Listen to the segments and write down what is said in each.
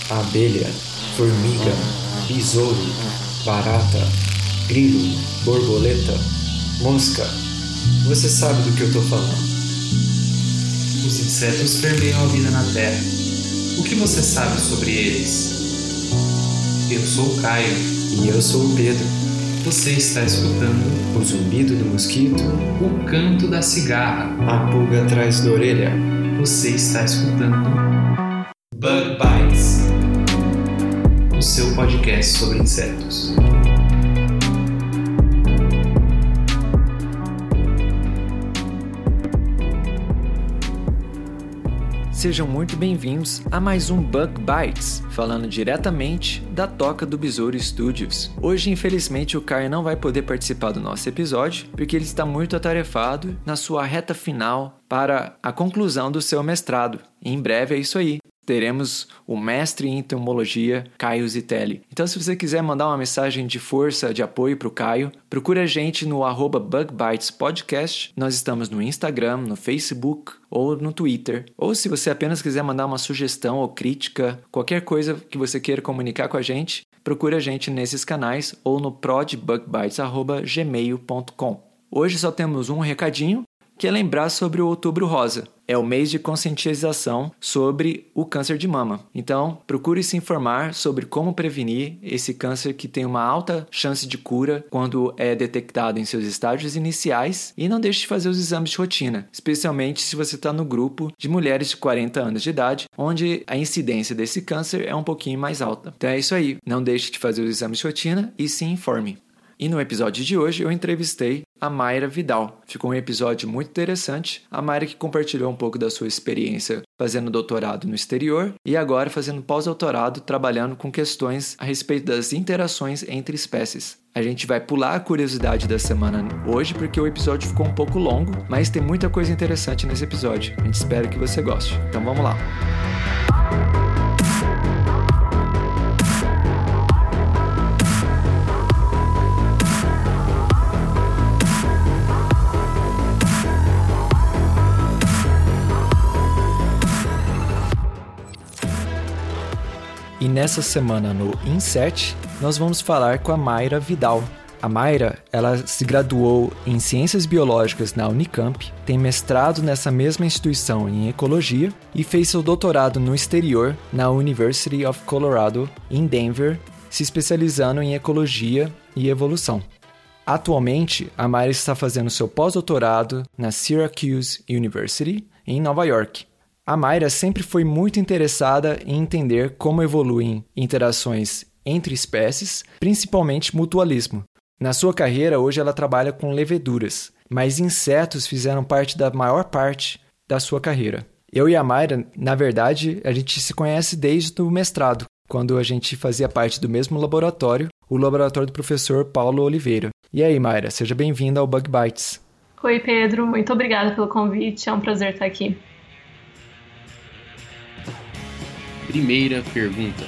abelha, formiga, besouro, barata, grilo, borboleta, mosca. Você sabe do que eu tô falando. Os insetos permeiam a vida na Terra. O que você sabe sobre eles? Eu sou o Caio. E eu sou o Pedro. Você está escutando O zumbido do mosquito, o canto da cigarra. a pulga atrás da orelha. Você está escutando Bug Bites, o seu podcast sobre insetos. Sejam muito bem-vindos a mais um Bug Bites, falando diretamente da Toca do Besouro Studios. Hoje, infelizmente, o Caio não vai poder participar do nosso episódio, porque ele está muito atarefado na sua reta final para a conclusão do seu mestrado. E em breve é isso aí. Teremos o mestre em entomologia, Caio Zitelli. Então, se você quiser mandar uma mensagem de força, de apoio para o Caio, procure a gente no @BugBitesPodcast. Nós estamos no Instagram, no Facebook ou no Twitter. Ou se você apenas quiser mandar uma sugestão ou crítica, qualquer coisa que você queira comunicar com a gente, procure a gente nesses canais ou no prodbugbites@gmail.com. Hoje só temos um recadinho, que é lembrar sobre o Outubro Rosa. É o mês de conscientização sobre o câncer de mama. Então, procure se informar sobre como prevenir esse câncer que tem uma alta chance de cura quando é detectado em seus estágios iniciais, e não deixe de fazer os exames de rotina, especialmente se você está no grupo de mulheres de 40 anos de idade, onde a incidência desse câncer é um pouquinho mais alta. Então é isso aí, não deixe de fazer os exames de rotina e se informe. E no episódio de hoje eu entrevistei a Mayra Vidal. Ficou um episódio muito interessante. A Mayra que compartilhou um pouco da sua experiência fazendo doutorado no exterior e agora fazendo pós-doutorado trabalhando com questões a respeito das interações entre espécies. A gente vai pular a curiosidade da semana hoje porque o episódio ficou um pouco longo, mas tem muita coisa interessante nesse episódio. A gente espera que você goste. Então vamos lá. E nessa semana no INSET, nós vamos falar com a Mayra Vidal. A Mayra, ela se graduou em Ciências Biológicas na Unicamp, tem mestrado nessa mesma instituição em Ecologia e fez seu doutorado no exterior na University of Colorado, em Denver, se especializando em Ecologia e Evolução. Atualmente, a Mayra está fazendo seu pós-doutorado na Syracuse University, em Nova York. A Mayra sempre foi muito interessada em entender como evoluem interações entre espécies, principalmente mutualismo. Na sua carreira, hoje ela trabalha com leveduras, mas insetos fizeram parte da maior parte da sua carreira. Eu e a Mayra, na verdade, a gente se conhece desde o mestrado, quando a gente fazia parte do mesmo laboratório, o laboratório do professor Paulo Oliveira. E aí, Mayra, seja bem-vinda ao Bug Bites. Oi, Pedro, muito obrigada pelo convite, é um prazer estar aqui. Primeira pergunta.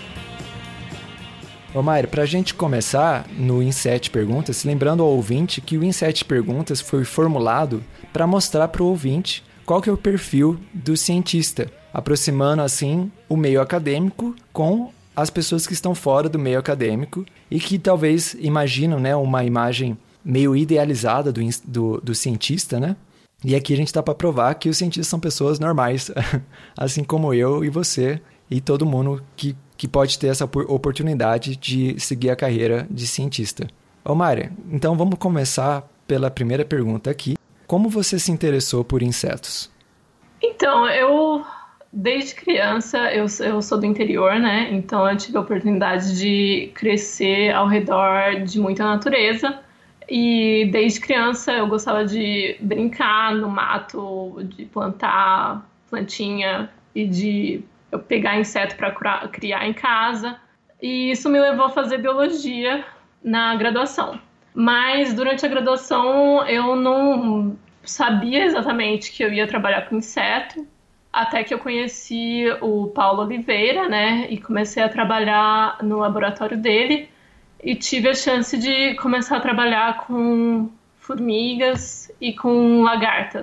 Ô Mayra, para a gente começar no INSET Perguntas, lembrando ao ouvinte que o INSET Perguntas foi formulado para mostrar para o ouvinte qual que é o perfil do cientista, aproximando assim o meio acadêmico com as pessoas que estão fora do meio acadêmico e que talvez imaginam, né, uma imagem meio idealizada do cientista, né? E aqui a gente está para provar que os cientistas são pessoas normais, assim como eu e você, e todo mundo que pode ter essa oportunidade de seguir a carreira de cientista. Ô Mayra, então vamos começar pela primeira pergunta aqui. Como você se interessou por insetos? Então, desde criança, eu sou do interior, né? Então eu tive a oportunidade de crescer ao redor de muita natureza. E desde criança eu gostava de brincar no mato, de plantar plantinha e de eu pegar inseto para criar em casa, e isso me levou a fazer biologia na graduação. Mas durante a graduação eu não sabia exatamente que eu ia trabalhar com inseto, até que eu conheci o Paulo Oliveira, né, e comecei a trabalhar no laboratório dele, e tive a chance de começar a trabalhar com formigas e com lagartas.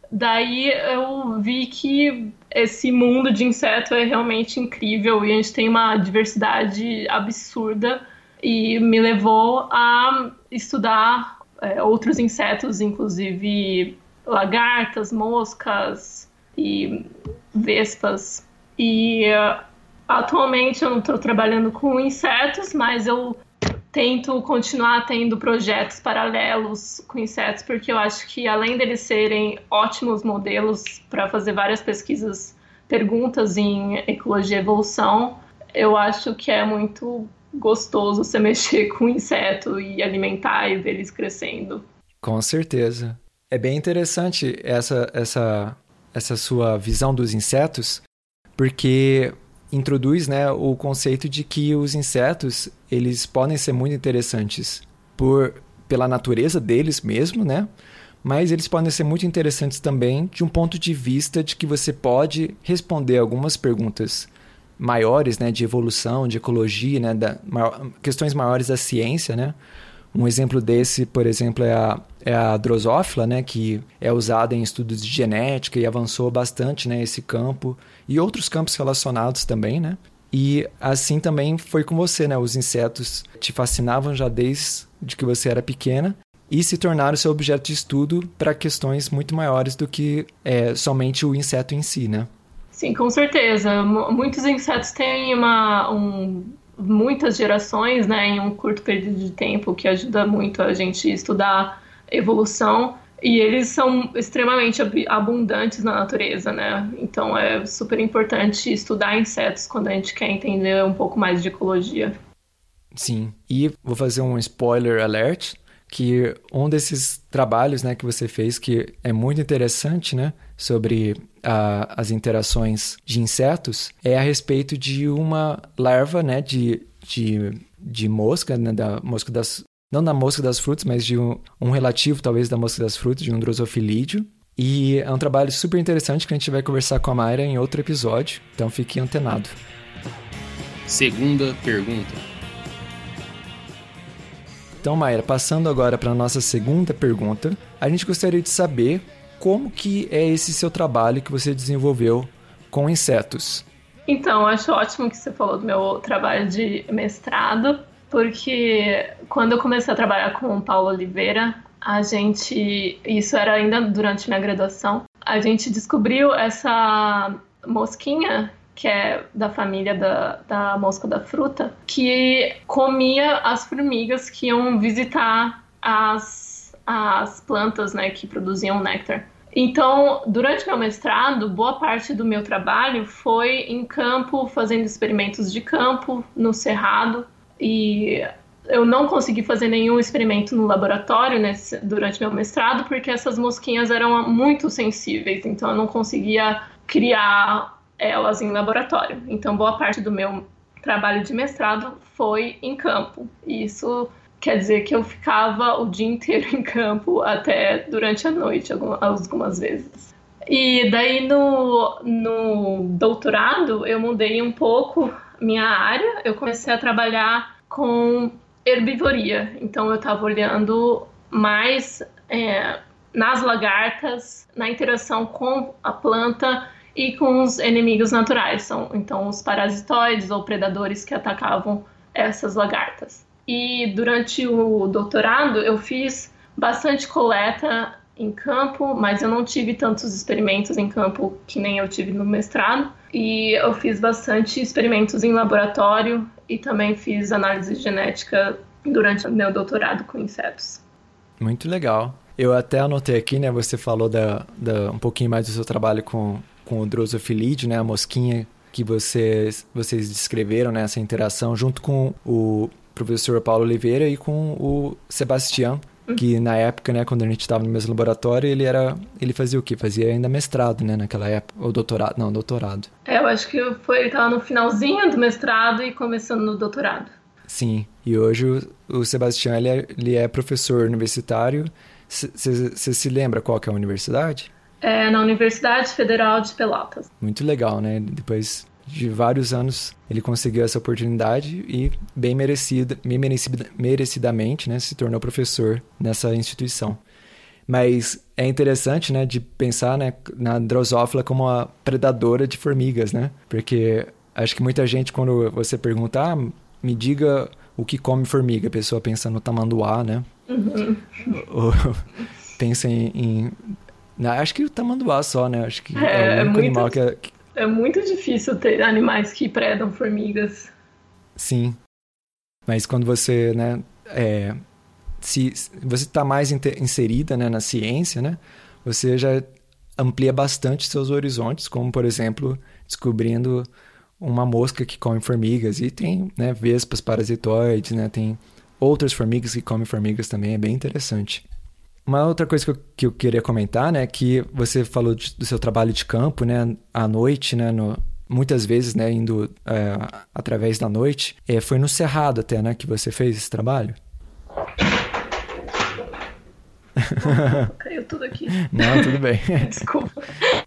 Daí eu vi que esse mundo de inseto é realmente incrível e a gente tem uma diversidade absurda e me levou a estudar outros insetos, inclusive lagartas, moscas e vespas. E atualmente eu não estou trabalhando com insetos, mas eu tento continuar tendo projetos paralelos com insetos, porque eu acho que além deles serem ótimos modelos para fazer várias pesquisas, perguntas em ecologia e evolução, eu acho que é muito gostoso você mexer com inseto e alimentar e ver eles crescendo. Com certeza. É bem interessante essa sua visão dos insetos, porque introduz, né, o conceito de que os insetos eles podem ser muito interessantes pela natureza deles mesmo, né? Mas eles podem ser muito interessantes também de um ponto de vista de que você pode responder algumas perguntas maiores, né, de evolução, de ecologia, né, questões maiores da ciência, né? Um exemplo desse, por exemplo, é a drosófila, né, que é usada em estudos de genética e avançou bastante, né, esse campo e outros campos relacionados também, né? E assim também foi com você, né? Os insetos te fascinavam já desde que você era pequena e se tornaram seu objeto de estudo para questões muito maiores do que somente o inseto em si, né? Sim, com certeza. Muitos insetos têm muitas gerações, né, em um curto período de tempo, que ajuda muito a gente estudar evolução, e eles são extremamente abundantes na natureza, né? Então é super importante estudar insetos quando a gente quer entender um pouco mais de ecologia. Sim, e vou fazer um spoiler alert, que um desses trabalhos, né, que você fez, que é muito interessante, né, sobre as interações de insetos, é a respeito de uma larva, né, de mosca, né, da mosca não da mosca das frutas, mas de um relativo, talvez, da mosca das frutas, de um drosofilídeo. E é um trabalho super interessante que a gente vai conversar com a Mayra em outro episódio, então fique antenado. Segunda pergunta. Então, Mayra, passando agora para a nossa segunda pergunta, a gente gostaria de saber como que é esse seu trabalho que você desenvolveu com insetos. Então, acho ótimo que você falou do meu trabalho de mestrado, porque quando eu comecei a trabalhar com o Paulo Oliveira, isso era ainda durante minha graduação, a gente descobriu essa mosquinha, que é da família da mosca da fruta, que comia as formigas que iam visitar as plantas, né, que produziam néctar. Então, durante meu mestrado, boa parte do meu trabalho foi em campo, fazendo experimentos de campo, no cerrado, e eu não consegui fazer nenhum experimento no laboratório durante meu mestrado, porque essas mosquinhas eram muito sensíveis, então eu não conseguia criar elas em laboratório. Então, boa parte do meu trabalho de mestrado foi em campo. Isso quer dizer que eu ficava o dia inteiro em campo até durante a noite, algumas vezes. E daí no doutorado eu mudei um pouco minha área. Eu comecei a trabalhar com herbivoria. Então eu estava olhando mais nas lagartas, na interação com a planta e com os inimigos naturais. Então os parasitoides ou predadores que atacavam essas lagartas. E durante o doutorado eu fiz bastante coleta em campo, mas eu não tive tantos experimentos em campo que nem eu tive no mestrado. E eu fiz bastante experimentos em laboratório e também fiz análise genética durante o meu doutorado com insetos. Muito legal. Eu até anotei aqui, né, você falou um pouquinho mais do seu trabalho com o drosofilídeo, né, a mosquinha que vocês descreveram, né, essa interação junto com o professor Paulo Oliveira e com o Sebastião, que na época, né, quando a gente estava no mesmo laboratório, ele fazia o quê? Fazia ainda mestrado, né, naquela época, ou doutorado? Não, doutorado. Eu acho que ele estava no finalzinho do mestrado e começando no doutorado. Sim, e hoje o Sebastião, ele é professor universitário. Você se lembra qual que é a universidade? É na Universidade Federal de Pelotas. Muito legal, né? Depois de vários anos, ele conseguiu essa oportunidade e bem merecidamente, né, se tornou professor nessa instituição. Mas é interessante, né, de pensar, né, na Drosophila como uma predadora de formigas, né? Porque acho que muita gente, quando você pergunta, me diga o que come formiga, a pessoa pensa no tamanduá, né? Ou pensa acho que o tamanduá só, né? Acho que é o único animal que É muito difícil ter animais que predam formigas. Sim. Mas quando você, né, se você está mais inserida, né, na ciência, né, você já amplia bastante seus horizontes, como, por exemplo, descobrindo uma mosca que come formigas. E tem, né, vespas parasitoides, né, tem outras formigas que comem formigas também, é bem interessante. Uma outra coisa que eu queria comentar, né, que você falou do seu trabalho de campo, né, à noite, né, muitas vezes, né, indo através da noite, foi no Cerrado até, né, que você fez esse trabalho? Caiu tudo aqui. Não, tudo bem. Desculpa.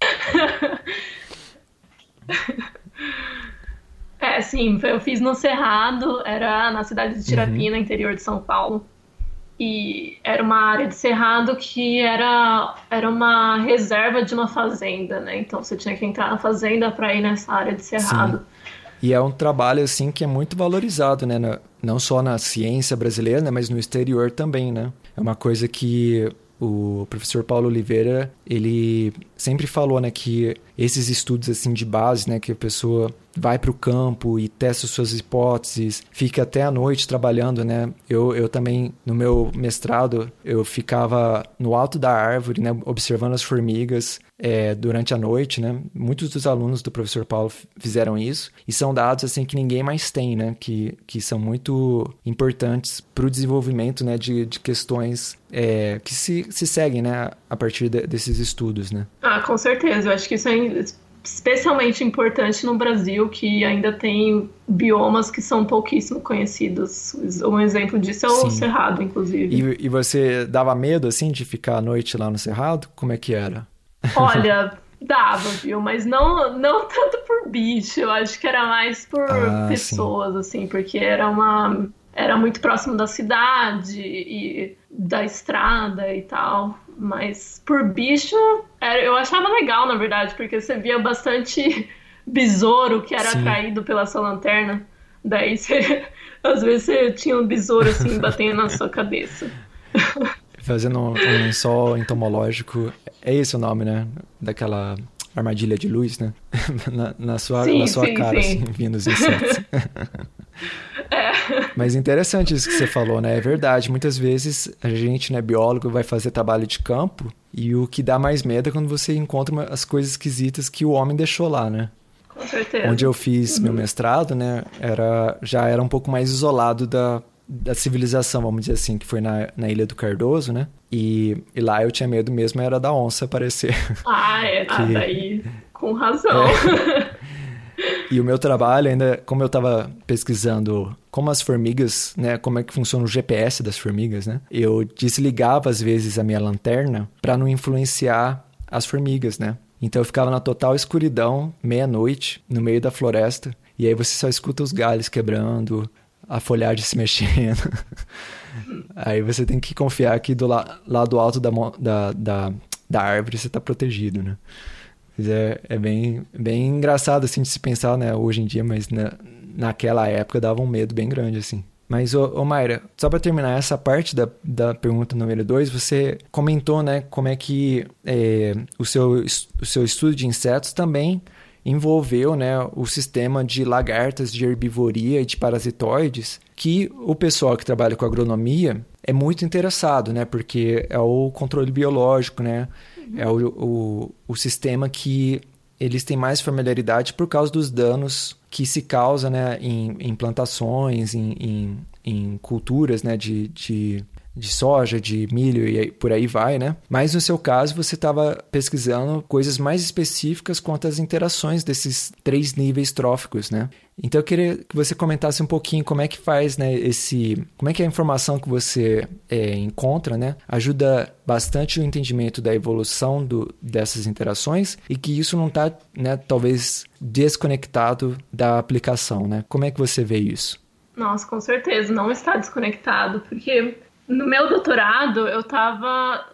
Sim, eu fiz no Cerrado, era na cidade de Tirapina, interior de São Paulo. E era uma área de cerrado que era uma reserva de uma fazenda, né? Então você tinha que entrar na fazenda para ir nessa área de cerrado. Sim. E é um trabalho, assim, que é muito valorizado, né? Não só na ciência brasileira, né? Mas no exterior também, né? É uma coisa que o professor Paulo Oliveira, ele sempre falou, né? Que esses estudos, assim, de base, né? Que a pessoa vai para o campo e testa suas hipóteses, fica até a noite trabalhando, né? Eu também, no meu mestrado, eu ficava no alto da árvore, né? Observando as formigas durante a noite, né? Muitos dos alunos do professor Paulo fizeram isso, e são dados, assim, que ninguém mais tem, né? Que são muito importantes para o desenvolvimento, né? De questões que se seguem, né? A partir desses estudos, né? Com certeza. Eu acho que isso é especialmente importante no Brasil, que ainda tem biomas que são pouquíssimo conhecidos. Um exemplo disso é o Cerrado, inclusive. E você dava medo, assim, de ficar à noite lá no Cerrado? Como é que era? Olha, dava, viu? Mas não tanto por bicho. Eu acho que era mais por pessoas, assim, porque era muito próximo da cidade e da estrada e tal. Mas por bicho, eu achava legal, na verdade, porque você via bastante besouro que era atraído pela sua lanterna. Daí, às vezes, você tinha um besouro, assim, batendo na sua cabeça. Fazendo um lençol entomológico. É esse o nome, né? Daquela armadilha de luz, né? na sua cara, assim, vindo os insetos. Mas interessante isso que você falou, né? É verdade. Muitas vezes a gente, né, biólogo, vai fazer trabalho de campo e o que dá mais medo é quando você encontra as coisas esquisitas que o homem deixou lá, né? Com certeza. Onde eu fiz meu mestrado, né? Já era um pouco mais isolado da civilização, vamos dizer assim, que foi na Ilha do Cardoso, né? E lá eu tinha medo mesmo, era da onça aparecer. Daí com razão. E o meu trabalho ainda, como eu estava pesquisando como as formigas, né, como é que funciona o GPS das formigas, né? Eu desligava às vezes a minha lanterna para não influenciar as formigas, né? Então eu ficava na total escuridão, meia-noite, no meio da floresta, e aí você só escuta os galhos quebrando, a folhagem se mexendo. Aí você tem que confiar que do lado alto da árvore você está protegido, né? Mas é bem engraçado, assim, de se pensar, né, hoje em dia, mas naquela época dava um medo bem grande, assim. Mas, Mayra, só para terminar essa parte da pergunta número 2, você comentou, né, como é que o seu estudo de insetos também envolveu, né, o sistema de lagartas de herbivoria e de parasitoides, que o pessoal que trabalha com agronomia é muito interessado, né, porque é o controle biológico, né, é o sistema que eles têm mais familiaridade por causa dos danos que se causa, né, em plantações, em culturas, né, de soja, de milho e por aí vai, né? Mas no seu caso você estava pesquisando coisas mais específicas quanto às interações desses 3 níveis tróficos, né? Então eu queria que você comentasse um pouquinho como é que faz, né, como é que a informação que você encontra, né, ajuda bastante o entendimento da evolução dessas interações e que isso não está, né, talvez desconectado da aplicação, né? Como é que você vê isso? Nossa, com certeza, não está desconectado, porque no meu doutorado eu estava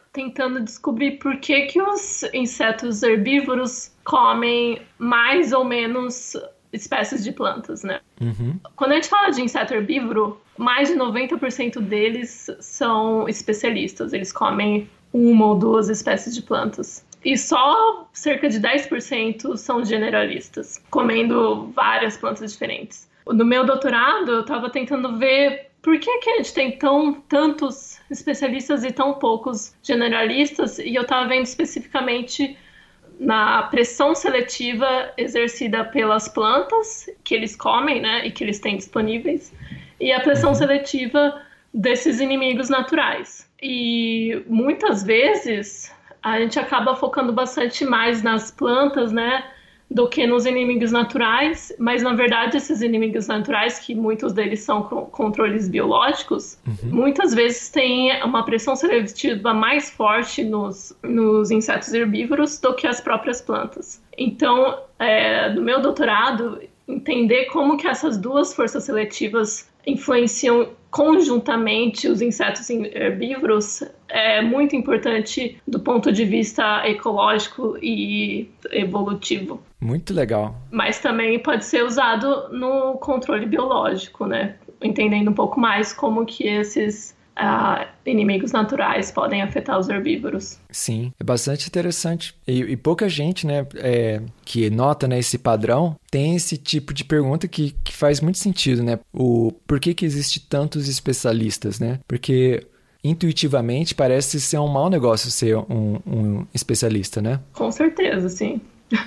tentando descobrir por que os insetos herbívoros comem mais ou menos espécies de plantas, né? Quando a gente fala de inseto herbívoro, mais de 90% deles são especialistas. Eles comem uma ou duas espécies de plantas. E só cerca de 10% são generalistas, comendo várias plantas diferentes. No meu doutorado, eu estava tentando ver por que a gente tem tantos especialistas e tão poucos generalistas, e eu estava vendo especificamente na pressão seletiva exercida pelas plantas que eles comem, né, e que eles têm disponíveis, e a pressão seletiva desses inimigos naturais. E muitas vezes a gente acaba focando bastante mais nas plantas, né, do que nos inimigos naturais, mas na verdade esses inimigos naturais, que muitos deles são controles biológicos, muitas vezes têm uma pressão seletiva mais forte nos insetos herbívoros do que as próprias plantas. Então, no meu doutorado, entender como que essas duas forças seletivas influenciam conjuntamente os insetos herbívoros é muito importante do ponto de vista ecológico e evolutivo. Muito legal. Mas também pode ser usado no controle biológico, né? Entendendo um pouco mais como que esses inimigos naturais podem afetar os herbívoros. Sim, é bastante interessante. E pouca gente, né, que nota, né, esse padrão, tem esse tipo de pergunta que faz muito sentido, né? Por que existe tantos especialistas, né? Porque intuitivamente parece ser um mau negócio ser um especialista, né? Com certeza, sim.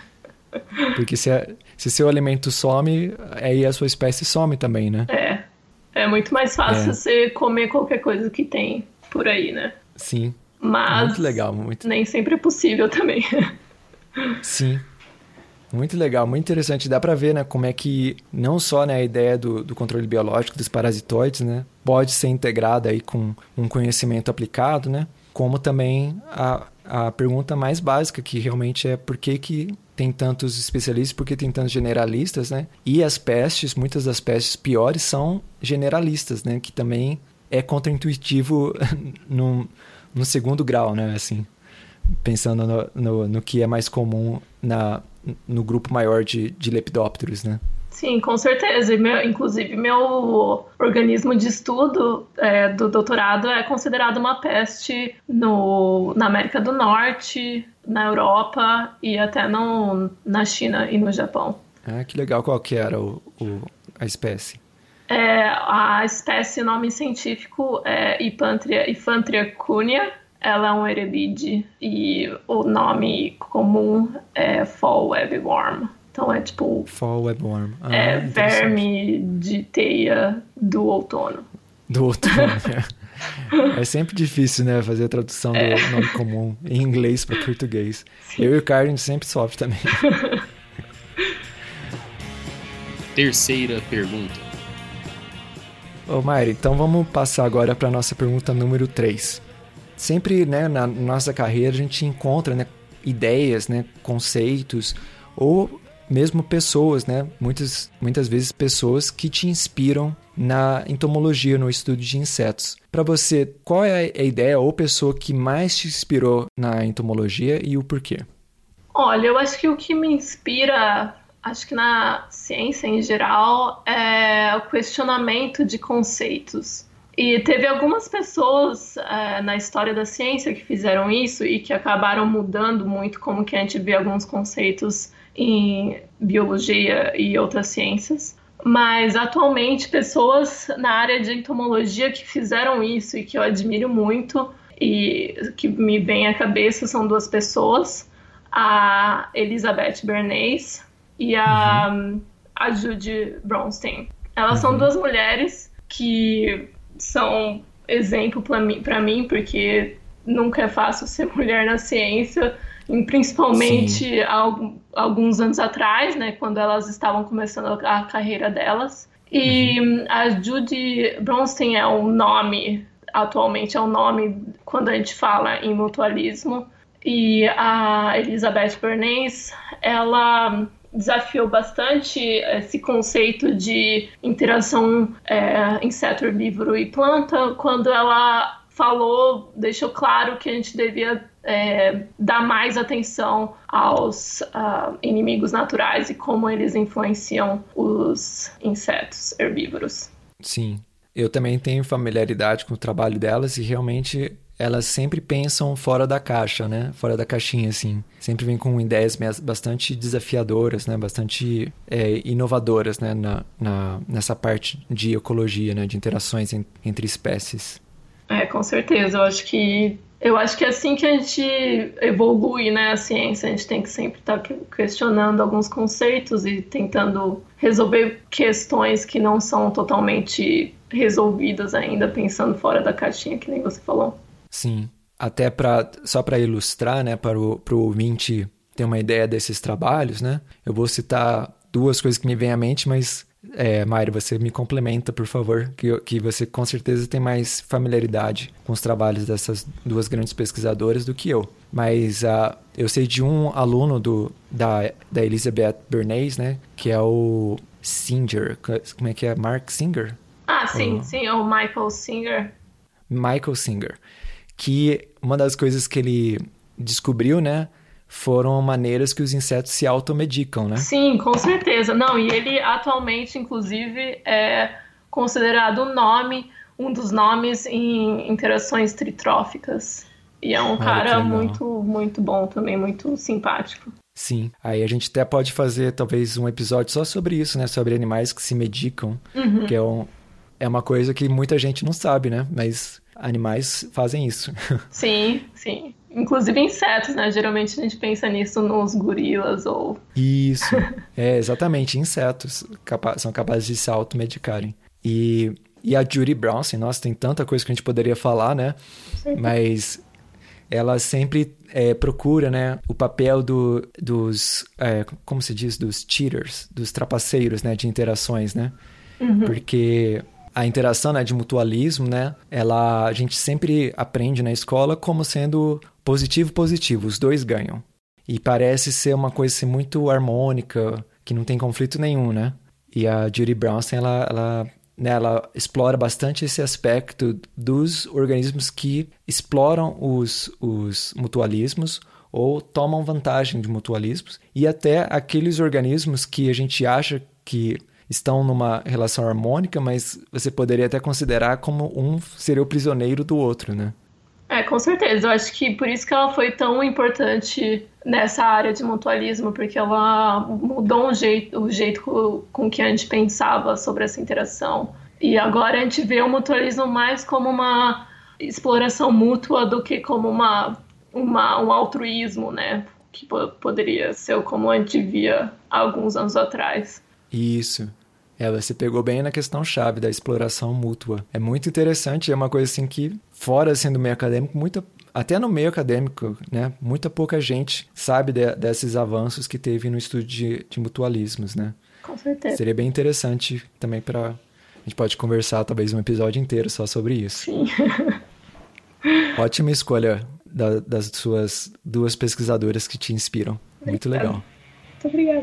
Porque se seu alimento some, aí a sua espécie some também, né? É muito mais fácil você comer qualquer coisa que tem por aí, né? Sim. Mas muito legal, nem sempre é possível também. Sim. Muito legal, muito interessante. Dá pra ver, né, como é que não só, né, a ideia do controle biológico dos parasitoides, né, pode ser integrada aí com um conhecimento aplicado, né, como também a pergunta mais básica, que realmente é por que tem tantos especialistas, por que tem tantos generalistas, né? E as pestes, muitas das pestes piores são generalistas, né? Que também é contraintuitivo no segundo grau, né? Assim, pensando no que é mais comum no grupo maior de lepidópteros, né? Sim, com certeza. Inclusive, meu organismo de estudo do doutorado é considerado uma peste na América do Norte, na Europa e até na China e no Japão. Ah, que legal. Qual que era a espécie? A espécie, o nome científico é Hypanthria cunea. Ela é um erelide e o nome comum é Fall Webworm. Então é tipo... Fall Webworm. Verme de teia do outono. Do outono, É sempre difícil, né? Fazer a tradução do nome comum em inglês para português. Sim. Eu e o Carlos, a gente sempre sofre também. Terceira pergunta. Ô, Mayra, então vamos passar agora para a nossa pergunta número 3. Sempre, né, na nossa carreira, a gente encontra, né, ideias, né, conceitos, ou mesmo pessoas, né, muitas vezes pessoas que te inspiram na entomologia, no estudo de insetos. Para você, qual é a ideia ou pessoa que mais te inspirou na entomologia e o porquê? Olha, eu acho que o que me inspira, acho que na ciência em geral, é o questionamento de conceitos. E teve algumas pessoas na história da ciência que fizeram isso e que acabaram mudando muito como que a gente vê alguns conceitos em biologia e outras ciências. Mas, atualmente, pessoas na área de entomologia que fizeram isso e que eu admiro muito e que me vem à cabeça são duas pessoas, a Elizabeth Bernays e a Judy Bronstein. Elas são duas mulheres que são exemplo para mim, porque nunca é fácil ser mulher na ciência, principalmente alguns anos atrás, né, quando elas estavam começando a carreira delas. E a Judy Bronstein atualmente é um nome quando a gente fala em mutualismo, e a Elizabeth Bernays, ela desafiou bastante esse conceito de interação inseto, herbívoro e planta quando ela deixou claro que a gente devia dar mais atenção aos inimigos naturais e como eles influenciam os insetos herbívoros. Sim, eu também tenho familiaridade com o trabalho delas e realmente elas sempre pensam fora da caixa, né? Fora da caixinha, assim. Sempre vêm com ideias bastante desafiadoras, né? Bastante inovadoras, né? Nessa parte de ecologia, né? De interações entre espécies. Com certeza. Eu acho que é assim que a gente evolui, né? A ciência. A gente tem que sempre estar questionando alguns conceitos e tentando resolver questões que não são totalmente resolvidas ainda, pensando fora da caixinha, que nem você falou. Sim, até só para ilustrar, né, para o ouvinte ter uma ideia desses trabalhos, né, eu vou citar duas coisas que me vêm à mente, mas, Mayra, você me complementa, por favor, que você com certeza tem mais familiaridade com os trabalhos dessas duas grandes pesquisadoras do que eu. Mas eu sei de um aluno da Elizabeth Bernays, né, que é o Singer, como é que é? Mark Singer? Sim, o Michael Singer. Michael Singer. Que uma das coisas que ele descobriu, né, foram maneiras que os insetos se automedicam, né? Sim, com certeza. Não, e ele atualmente, inclusive, é considerado um dos nomes em interações tritróficas. E é um cara muito, muito bom também, muito simpático. Sim, aí a gente até pode fazer talvez um episódio só sobre isso, né? Sobre animais que se medicam, que é uma coisa que muita gente não sabe, né? Mas animais fazem isso. Sim, sim. Inclusive insetos, né? Geralmente a gente pensa nisso nos gorilas ou... Isso, exatamente, insetos são capazes de se automedicarem. E a Judy Brownson, nossa, tem tanta coisa que a gente poderia falar, né? Sim. Mas ela sempre procura, né, o papel dos, como se diz, dos cheaters, dos trapaceiros, né, de interações, né? Porque a interação, né, de mutualismo, né, a gente sempre aprende na escola como sendo positivo, os dois ganham. E parece ser uma coisa assim, muito harmônica, que não tem conflito nenhum, né? E a Judy Brownson, ela explora bastante esse aspecto dos organismos que exploram os mutualismos ou tomam vantagem de mutualismos, e até aqueles organismos que a gente acha que estão numa relação harmônica, mas você poderia até considerar como um seria o prisioneiro do outro, né? Com certeza. Eu acho que por isso que ela foi tão importante nessa área de mutualismo, porque ela mudou o jeito com que a gente pensava sobre essa interação. E agora a gente vê o mutualismo mais como uma exploração mútua do que como um altruísmo, né? Que poderia ser como a gente via há alguns anos atrás. Isso. Você pegou bem na questão chave da exploração mútua. É muito interessante, é uma coisa assim que, fora assim, do meio acadêmico, até no meio acadêmico, né, muita pouca gente sabe desses avanços que teve no estudo de mutualismos, né? Com certeza. Seria bem interessante também a gente pode conversar talvez um episódio inteiro só sobre isso. Sim. Ótima escolha das suas duas pesquisadoras que te inspiram. Muito legal. Muito obrigada.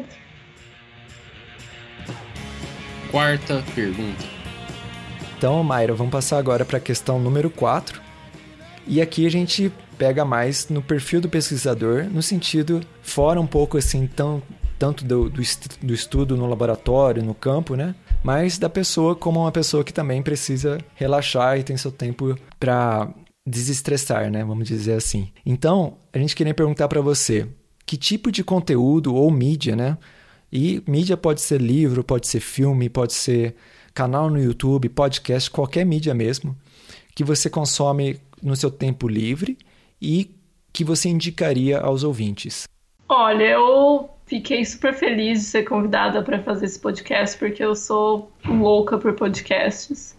Quarta pergunta. Então, Mayra, vamos passar agora para a questão número 4. E aqui a gente pega mais no perfil do pesquisador, no sentido fora um pouco assim, tanto do estudo no laboratório, no campo, né? Mas da pessoa como uma pessoa que também precisa relaxar e tem seu tempo para desestressar, né? Vamos dizer assim. Então, a gente queria perguntar para você, que tipo de conteúdo ou mídia, né? E mídia pode ser livro, pode ser filme, pode ser canal no YouTube, podcast, qualquer mídia mesmo, que você consome no seu tempo livre e que você indicaria aos ouvintes. Olha, eu fiquei super feliz de ser convidada para fazer esse podcast, porque eu sou louca por podcasts.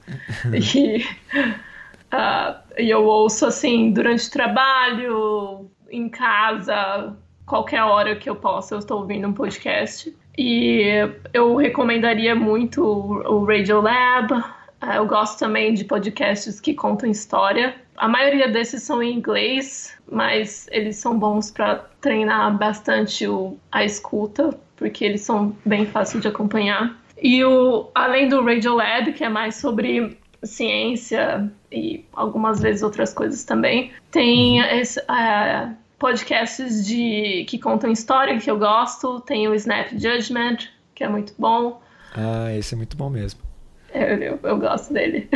E eu ouço assim, durante o trabalho, em casa, qualquer hora que eu possa, eu estou ouvindo um podcast. E eu recomendaria muito o Radiolab. Eu gosto também de podcasts que contam história. A maioria desses são em inglês, mas eles são bons para treinar bastante a escuta, porque eles são bem fáceis de acompanhar. E além do Radiolab, que é mais sobre ciência e algumas vezes outras coisas também. Tem podcasts que contam história que eu gosto. Tem o Snap Judgment, que é muito bom. Ah, esse é muito bom mesmo. Eu gosto dele.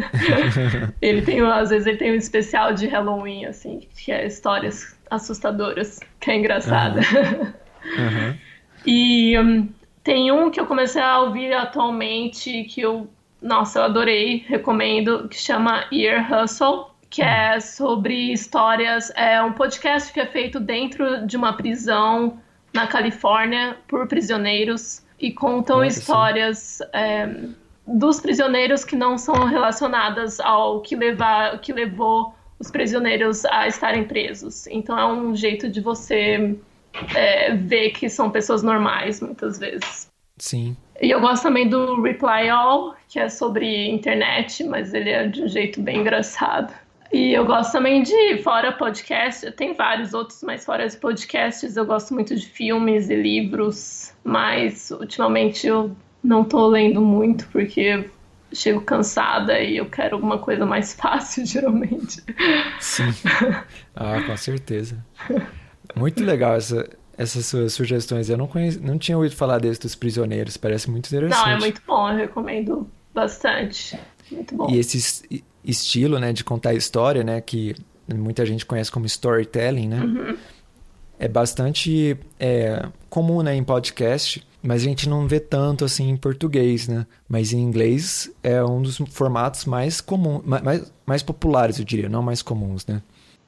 Às vezes ele tem um especial de Halloween, assim, que é histórias assustadoras, que é engraçada. Uhum. E tem um que eu comecei a ouvir atualmente que eu adorei, recomendo, que chama Ear Hustle, que é sobre histórias. É um podcast que é feito dentro de uma prisão na Califórnia por prisioneiros e contam histórias dos prisioneiros que não são relacionadas ao que levou os prisioneiros a estarem presos. Então é um jeito de você ver que são pessoas normais, muitas vezes. Sim. E eu gosto também do Reply All, que é sobre internet, mas ele é de um jeito bem engraçado. E eu gosto também de, fora podcast, tem vários outros, mas fora os podcasts, eu gosto muito de filmes e livros, mas ultimamente eu não tô lendo muito, porque eu chego cansada e eu quero alguma coisa mais fácil, geralmente. Sim. Ah, com certeza. Muito legal essas suas sugestões. Eu não tinha ouvido falar desse dos prisioneiros, parece muito interessante. Não, é muito bom, eu recomendo bastante. Muito bom. E esse estilo, né, de contar história, né, que muita gente conhece como storytelling, né, é bastante comum, né, em podcast, mas a gente não vê tanto assim em português, né, mas em inglês é um dos formatos mais comuns, mais populares, eu diria, não mais comuns, né.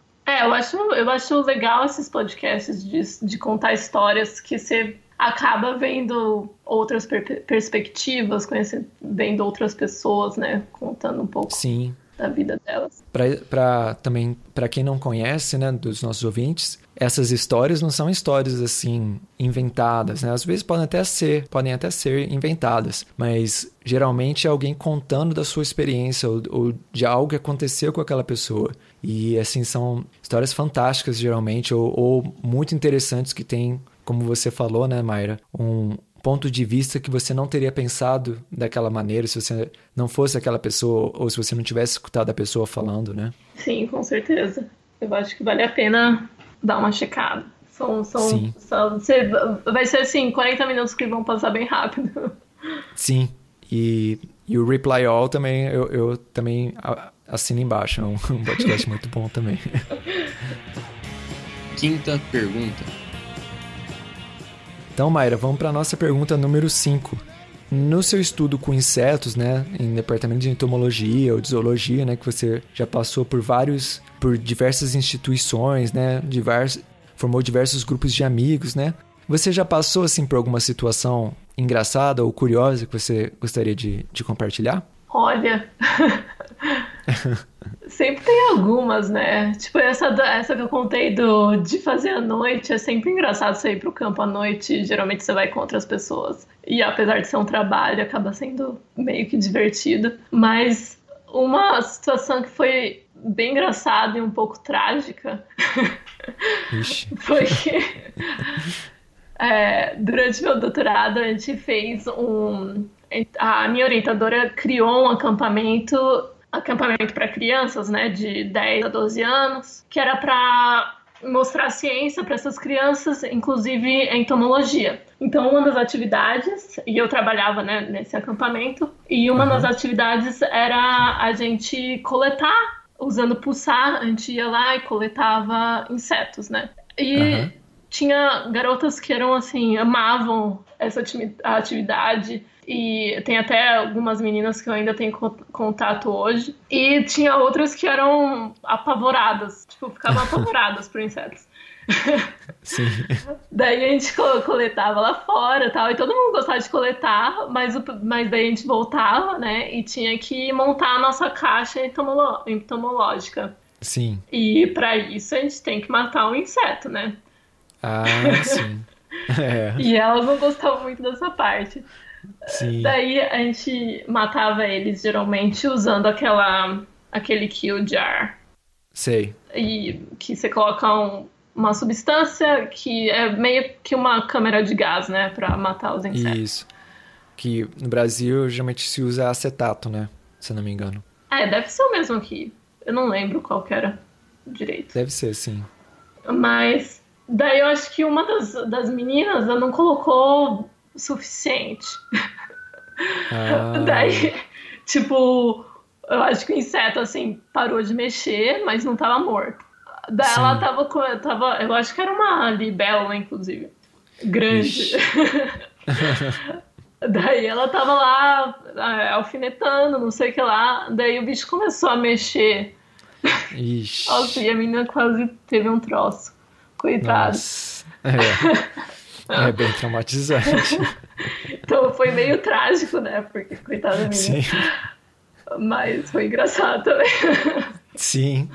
Eu acho legal esses podcasts de contar histórias que você acaba vendo outras perspectivas, vendo outras pessoas, né, contando um pouco da vida delas. Também, para quem não conhece, né, dos nossos ouvintes, essas histórias não são histórias assim inventadas, né? Às vezes podem até ser inventadas, mas geralmente é alguém contando da sua experiência ou de algo que aconteceu com aquela pessoa. E assim são histórias fantásticas geralmente ou muito interessantes que tem, como você falou, né, Mayra, um ponto de vista que você não teria pensado daquela maneira se você não fosse aquela pessoa ou se você não tivesse escutado a pessoa falando, né? Sim, com certeza. Eu acho que vale a pena dar uma checada. Vai ser assim, 40 minutos que vão passar bem rápido. Sim, e o Reply All também, eu também assino embaixo, é um podcast muito bom também. Quinta pergunta. Então, Mayra, vamos para a nossa pergunta número 5. No seu estudo com insetos, né, em departamento de entomologia ou de zoologia, né, que você já passou por diversas instituições, né, formou diversos grupos de amigos, né? Você já passou assim por alguma situação engraçada ou curiosa que você gostaria de compartilhar? Olha, sempre tem algumas, né? Tipo, essa que eu contei de fazer à noite, é sempre engraçado você ir pro campo à noite, geralmente você vai com outras pessoas. E apesar de ser um trabalho, acaba sendo meio que divertido. Mas uma situação que foi bem engraçada e um pouco trágica foi que durante meu doutorado a gente fez a minha orientadora criou um acampamento para crianças, né, de 10 a 12 anos, que era para mostrar ciência para essas crianças, inclusive entomologia. Então, uma das atividades, e eu trabalhava, né, nesse acampamento, e uma das atividades era a gente coletar, usando pulsar, a gente ia lá e coletava insetos, né? E tinha garotas que eram assim, amavam essa atividade. E tem até algumas meninas que eu ainda tenho contato hoje. E tinha outras que eram apavoradas. Tipo, ficavam apavoradas por insetos. Sim. Daí a gente coletava lá fora e tal. E todo mundo gostava de coletar. Mas daí a gente voltava, né? E tinha que montar a nossa caixa entomológica. Sim. E pra isso a gente tem que matar um inseto, né? Ah, sim. E elas não gostavam muito dessa parte. Sim. Daí a gente matava eles geralmente usando aquele kill jar. Sei. E que você coloca uma substância que é meio que uma câmera de gás, né? Pra matar os insetos. Isso. Que no Brasil geralmente se usa acetato, né? se eu não me engano. Deve ser o mesmo aqui. Eu não lembro qual que era direito. Deve ser, sim. Mas daí eu acho que uma das meninas não colocou o suficiente. Daí, tipo, eu acho que o inseto, assim, parou de mexer, mas não tava morto. Daí Sim. ela tava, eu acho que era uma libélula, inclusive, grande. Daí ela tava lá alfinetando, não sei o que lá. Daí o bicho começou a mexer. Ixi. Nossa, e a menina quase teve um troço. Coitada. Nossa. É bem traumatizante. Então foi meio trágico, né? Porque coitada da menina. Sim. Mas foi engraçado também. Sim.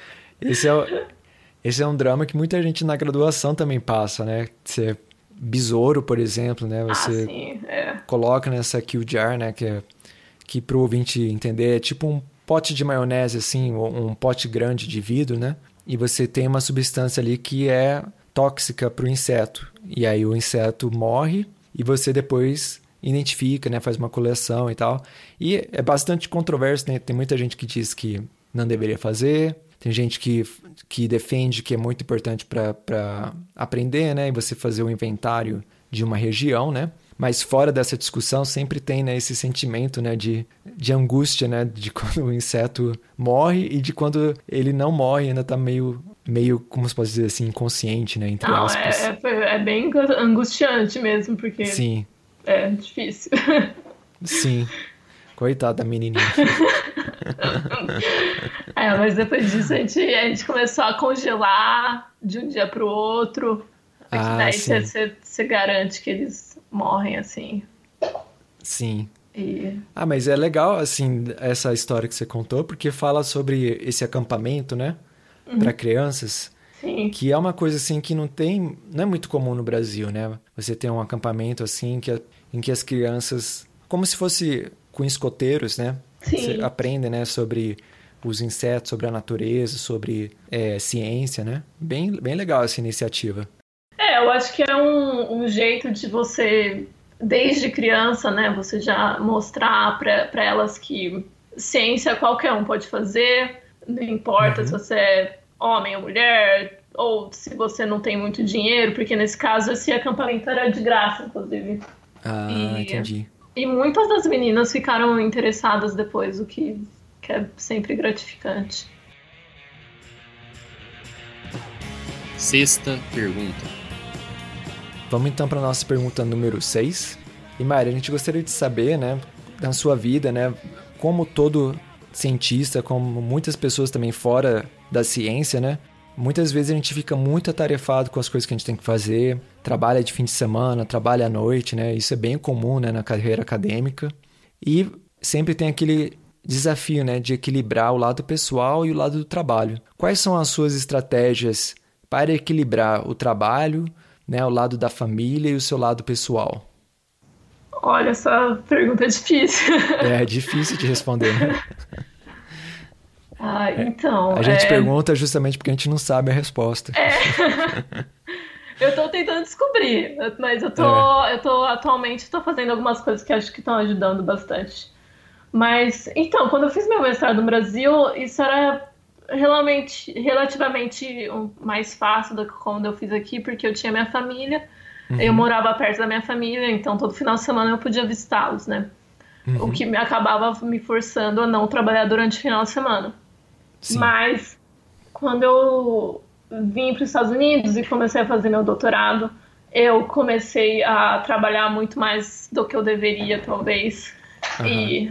Esse é um drama que muita gente na graduação também passa, né? Você, besouro, por exemplo, né? Você sim, coloca nessa kill jar, né? Que pro ouvinte entender é tipo um pote de maionese, assim, ou um pote grande de vidro, né? E você tem uma substância ali que é tóxica pro inseto. E aí o inseto morre e você depois identifica, né? Faz uma coleção e tal. E é bastante controverso, né? Tem muita gente que diz que não deveria fazer. Tem gente que defende que é muito importante para aprender, né? E você fazer o inventário de uma região, né? Mas fora dessa discussão sempre tem, né, esse sentimento, né, de angústia, né, de quando o inseto morre e de quando ele não morre, ainda tá meio, como se pode dizer assim, inconsciente, né, entre aspas. É bem angustiante mesmo, porque Sim. É difícil. Sim. Coitada da menininha. Mas depois disso a gente começou a congelar de um dia pro outro. Daí você garante que eles morrem assim. Sim. Mas é legal, assim, essa história que você contou, porque fala sobre esse acampamento, né? Para crianças. Sim. Que é uma coisa, assim, que não é muito comum no Brasil, né? Você tem um acampamento, assim, em que as crianças, como se fosse com escoteiros, né? Sim. Você aprende, né, sobre os insetos, sobre a natureza, sobre ciência, né? Bem legal essa iniciativa. Eu acho que é um jeito de você, desde criança, né, você já mostrar para elas que ciência qualquer um pode fazer, não importa se você é homem ou mulher, ou se você não tem muito dinheiro, porque nesse caso esse acampamento era de graça, inclusive. Entendi. E muitas das meninas ficaram interessadas depois, o que é sempre gratificante. Sexta pergunta. Vamos então para a nossa pergunta número 6. E Mayra, a gente gostaria de saber, né, da sua vida, né, como todo cientista, como muitas pessoas também fora da ciência, né, muitas vezes a gente fica muito atarefado com as coisas que a gente tem que fazer, trabalha de fim de semana, trabalha à noite, né, isso é bem comum, né, na carreira acadêmica. E sempre tem aquele desafio, né, de equilibrar o lado pessoal e o lado do trabalho. Quais são as suas estratégias para equilibrar o trabalho, né, o lado da família e o seu lado pessoal? Olha, essa pergunta é difícil. É difícil de responder, né? Então... A gente pergunta justamente porque a gente não sabe a resposta. Eu tô tentando descobrir, mas eu atualmente tô fazendo algumas coisas que acho que estão ajudando bastante. Mas, então, quando eu fiz meu mestrado no Brasil, isso era relativamente mais fácil do que quando eu fiz aqui, porque eu tinha minha família, eu morava perto da minha família, então todo final de semana eu podia visitá-los, né? O que acabava me forçando a não trabalhar durante o final de semana. Sim. Mas quando eu vim para os Estados Unidos e comecei a fazer meu doutorado, eu comecei a trabalhar muito mais do que eu deveria, talvez. E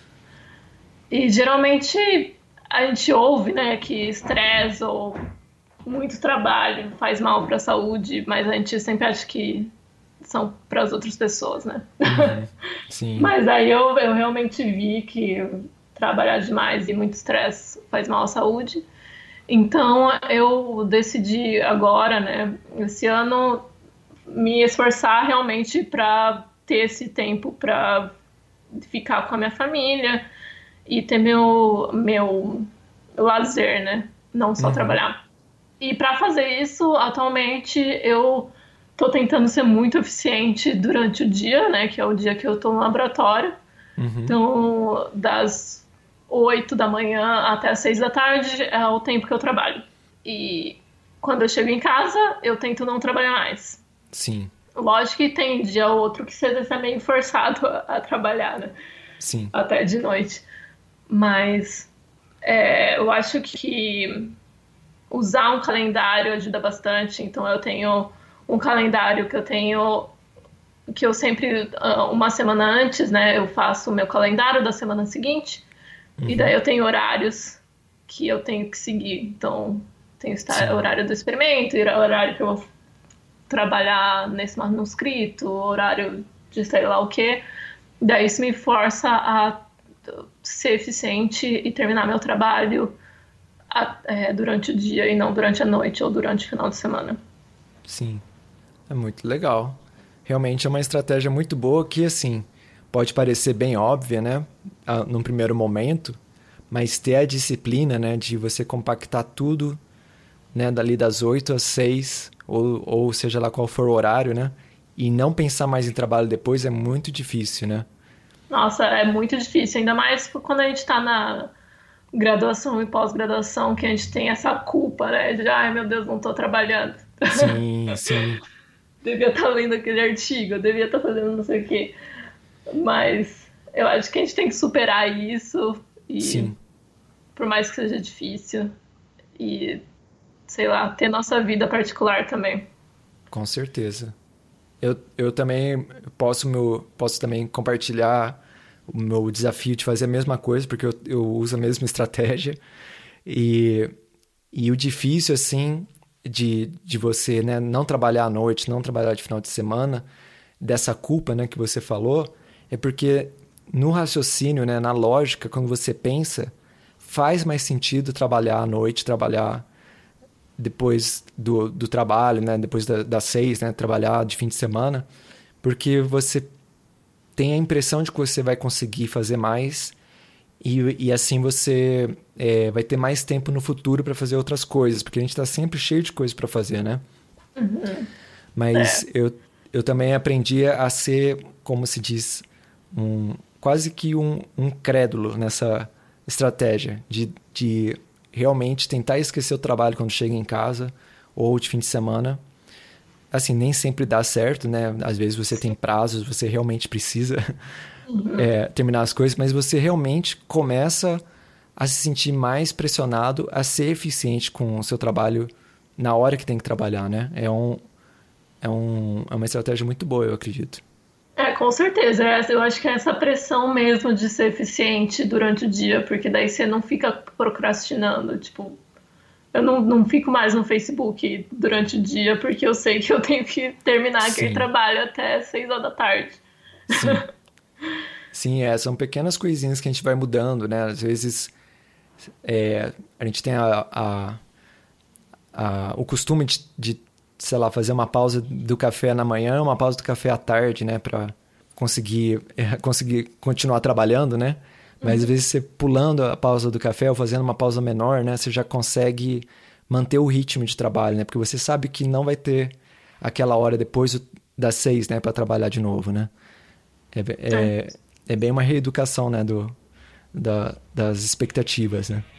geralmente a gente ouve, né, que estresse ou muito trabalho faz mal para a saúde, mas a gente sempre acha que são para as outras pessoas, né? Sim. Mas aí eu realmente vi que trabalhar demais e muito estresse faz mal à saúde. Então eu decidi agora, né, esse ano, me esforçar realmente para ter esse tempo para ficar com a minha família e ter meu lazer, né? Não só trabalhar. E para fazer isso, atualmente, eu tô tentando ser muito eficiente durante o dia, né? Que é o dia que eu tô no laboratório. Então, das 8 da manhã até as 6 da tarde é o tempo que eu trabalho. E quando eu chego em casa, eu tento não trabalhar mais. Sim. Lógico que tem dia ou outro que você está meio forçado a trabalhar, né? Sim. Até de noite. Mas eu acho que usar um calendário ajuda bastante. Então eu tenho um calendário que eu sempre, uma semana antes, né, eu faço o meu calendário da semana seguinte. E daí eu tenho horários que eu tenho que seguir. Então tem o horário do experimento, o horário que eu vou trabalhar nesse manuscrito, o horário de sei lá o quê. Daí isso me força a ser eficiente e terminar meu trabalho durante o dia e não durante a noite ou durante o final de semana. Sim, é muito legal. Realmente é uma estratégia muito boa que, assim, pode parecer bem óbvia, né, num primeiro momento, mas ter a disciplina, né, de você compactar tudo, né, dali das 8 às 6, ou seja lá qual for o horário, né, e não pensar mais em trabalho depois é muito difícil, né? Nossa, é muito difícil, ainda mais quando a gente tá na graduação e pós-graduação, que a gente tem essa culpa, né, de, ai meu Deus, não tô trabalhando. Sim, sim. Devia estar lendo aquele artigo, eu devia estar fazendo não sei o quê. Mas eu acho que a gente tem que superar isso. E, sim. Por mais que seja difícil. E, sei lá, ter nossa vida particular também. Com certeza. Eu também posso também compartilhar o meu desafio de fazer a mesma coisa, porque eu uso a mesma estratégia. E o difícil, assim, de você, né, não trabalhar à noite, não trabalhar de final de semana, dessa culpa, né, que você falou, é porque no raciocínio, né, na lógica, quando você pensa, faz mais sentido trabalhar à noite, trabalhar depois do trabalho, né, depois das 6, né, trabalhar de fim de semana, porque você tem a impressão de que você vai conseguir fazer mais e assim você vai ter mais tempo no futuro para fazer outras coisas, porque a gente está sempre cheio de coisas para fazer, né? Mas eu também aprendi a ser, como se diz, quase que um crédulo nessa estratégia de realmente tentar esquecer o trabalho quando chega em casa ou de fim de semana. Assim, nem sempre dá certo, né? Às vezes você tem prazos, você realmente precisa terminar as coisas, mas você realmente começa a se sentir mais pressionado a ser eficiente com o seu trabalho na hora que tem que trabalhar, né? É uma estratégia muito boa, eu acredito. Com certeza. Eu acho que é essa pressão mesmo de ser eficiente durante o dia, porque daí você não fica procrastinando. Tipo, eu não fico mais no Facebook durante o dia, porque eu sei que eu tenho que terminar aquele trabalho até 6 horas da tarde. Sim. Sim, são pequenas coisinhas que a gente vai mudando, né? Às vezes a gente tem o costume de, sei lá, fazer uma pausa do café na manhã, uma pausa do café à tarde, né? Para conseguir continuar trabalhando, né? Mas às vezes você pulando a pausa do café ou fazendo uma pausa menor, né? Você já consegue manter o ritmo de trabalho, né? Porque você sabe que não vai ter aquela hora depois das 6, né? Para trabalhar de novo, né? É bem uma reeducação, né? Das expectativas, né?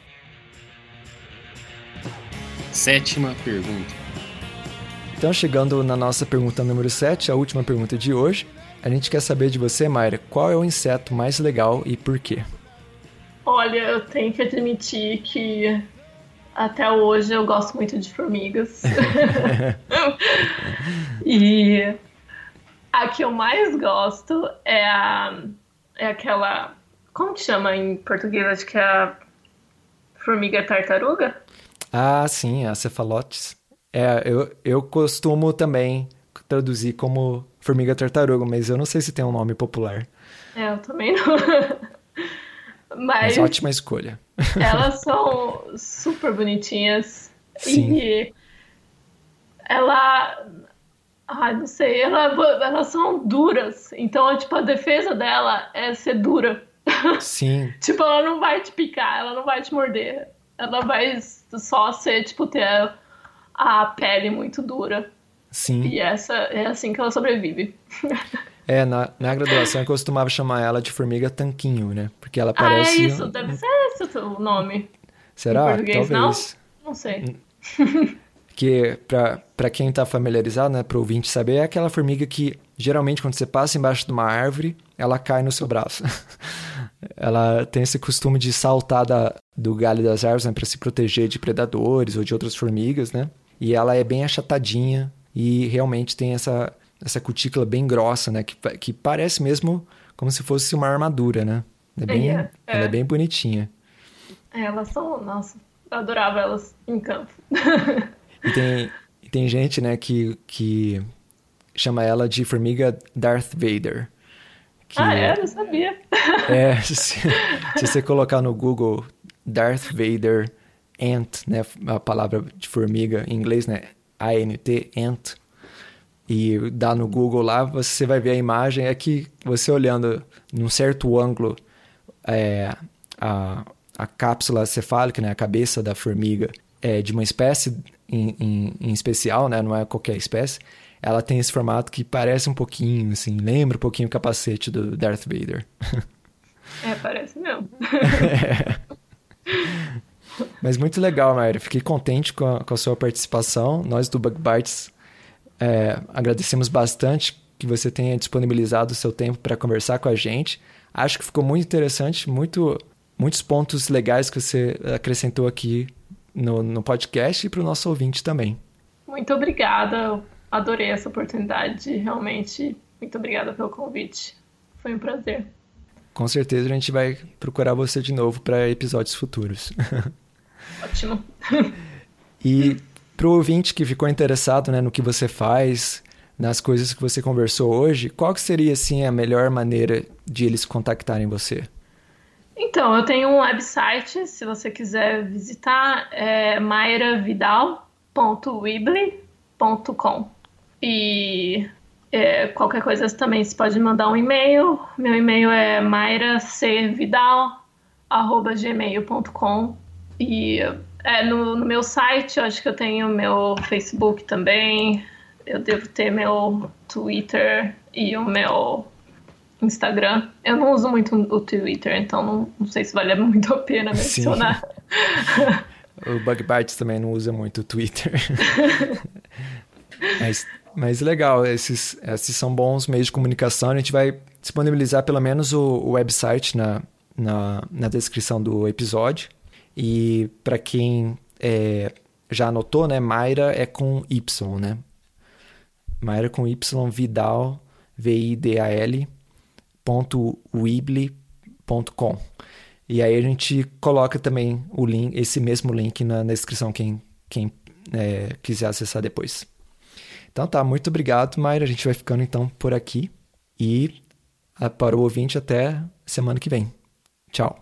7ª pergunta. Então, chegando na nossa pergunta número 7, a última pergunta de hoje, a gente quer saber de você, Mayra, qual é o inseto mais legal e por quê? Olha, eu tenho que admitir que até hoje eu gosto muito de formigas. E a que eu mais gosto é aquela... Como que chama em português? Acho que é a formiga tartaruga? Ah, sim, a cefalotes. Eu costumo também traduzir como formiga tartaruga, mas eu não sei se tem um nome popular. Eu também não. Mas ótima escolha. Elas são super bonitinhas. Sim. E não sei, elas são duras. Então, tipo, a defesa dela é ser dura. Sim. Tipo, ela não vai te picar, ela não vai te morder. Ela vai só ser, tipo, ter a pele muito dura. Sim. E é assim que ela sobrevive. Na graduação eu costumava chamar ela de formiga tanquinho, né? Porque ela parece... é isso, deve ser esse o nome. Será? Em português, Talvez. Não sei. Que, pra quem tá familiarizado, né, pro ouvinte saber, é aquela formiga que, geralmente, quando você passa embaixo de uma árvore, ela cai no seu braço. Ela tem esse costume de saltar do galho das árvores, né, pra se proteger de predadores ou de outras formigas, né? E ela é bem achatadinha e realmente tem essa cutícula bem grossa, né? Que parece mesmo como se fosse uma armadura, né? Ela é bem bonitinha. Elas são... Nossa, eu adorava elas em campo. E tem gente, né, que chama ela de formiga Darth Vader. Não sabia. Se você colocar no Google Darth Vader Ant, né, a palavra de formiga em inglês, né, A-N-T, Ant, e dá no Google lá, você vai ver a imagem, é que você olhando num certo ângulo a cápsula cefálica, né, a cabeça da formiga, de uma espécie em especial, né, não é qualquer espécie, ela tem esse formato que parece um pouquinho, assim, lembra um pouquinho o capacete do Darth Vader. Parece mesmo. Mas muito legal, Mayra. Fiquei contente com a sua participação. Nós do Bug Bites agradecemos bastante que você tenha disponibilizado o seu tempo para conversar com a gente. Acho que ficou muito interessante, muitos pontos legais que você acrescentou aqui no podcast e para o nosso ouvinte também. Muito obrigada. Eu adorei essa oportunidade. Realmente, muito obrigada pelo convite. Foi um prazer. Com certeza a gente vai procurar você de novo para episódios futuros. Ótimo. E para o ouvinte que ficou interessado, né, no que você faz, nas coisas que você conversou hoje, qual que seria assim, a melhor maneira de eles contactarem você? Então, eu tenho um website, se você quiser visitar, é mairavidal.weebly.com. E qualquer coisa também você pode mandar um e-mail. Meu e-mail é mairacvidal@gmail.com. E no meu site, eu acho que eu tenho meu Facebook também. Eu devo ter meu Twitter e o meu Instagram. Eu não uso muito o Twitter, então não sei se vale muito a pena mencionar. O Bug Bites também não usa muito o Twitter. Mas legal, esses são bons meios de comunicação. A gente vai disponibilizar pelo menos o website na descrição do episódio. E para quem já anotou, né, Mayra é com Y, né? Mayra com Y, Vidal, vidal.weebly.com. E aí a gente coloca também o link, esse mesmo link na descrição, quem quiser acessar depois. Então tá, muito obrigado, Mayra. A gente vai ficando então por aqui. E para o ouvinte, até semana que vem. Tchau.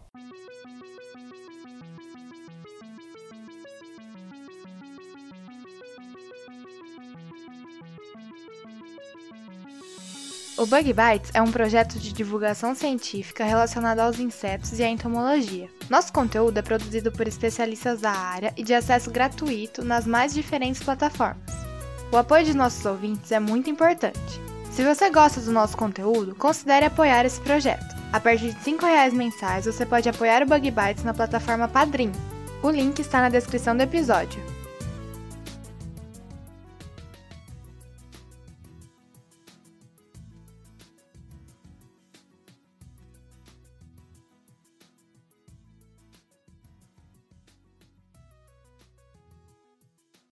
O Bug Bites é um projeto de divulgação científica relacionado aos insetos e à entomologia. Nosso conteúdo é produzido por especialistas da área e de acesso gratuito nas mais diferentes plataformas. O apoio de nossos ouvintes é muito importante. Se você gosta do nosso conteúdo, considere apoiar esse projeto. A partir de R$5 mensais, você pode apoiar o Bug Bites na plataforma Padrim. O link está na descrição do episódio.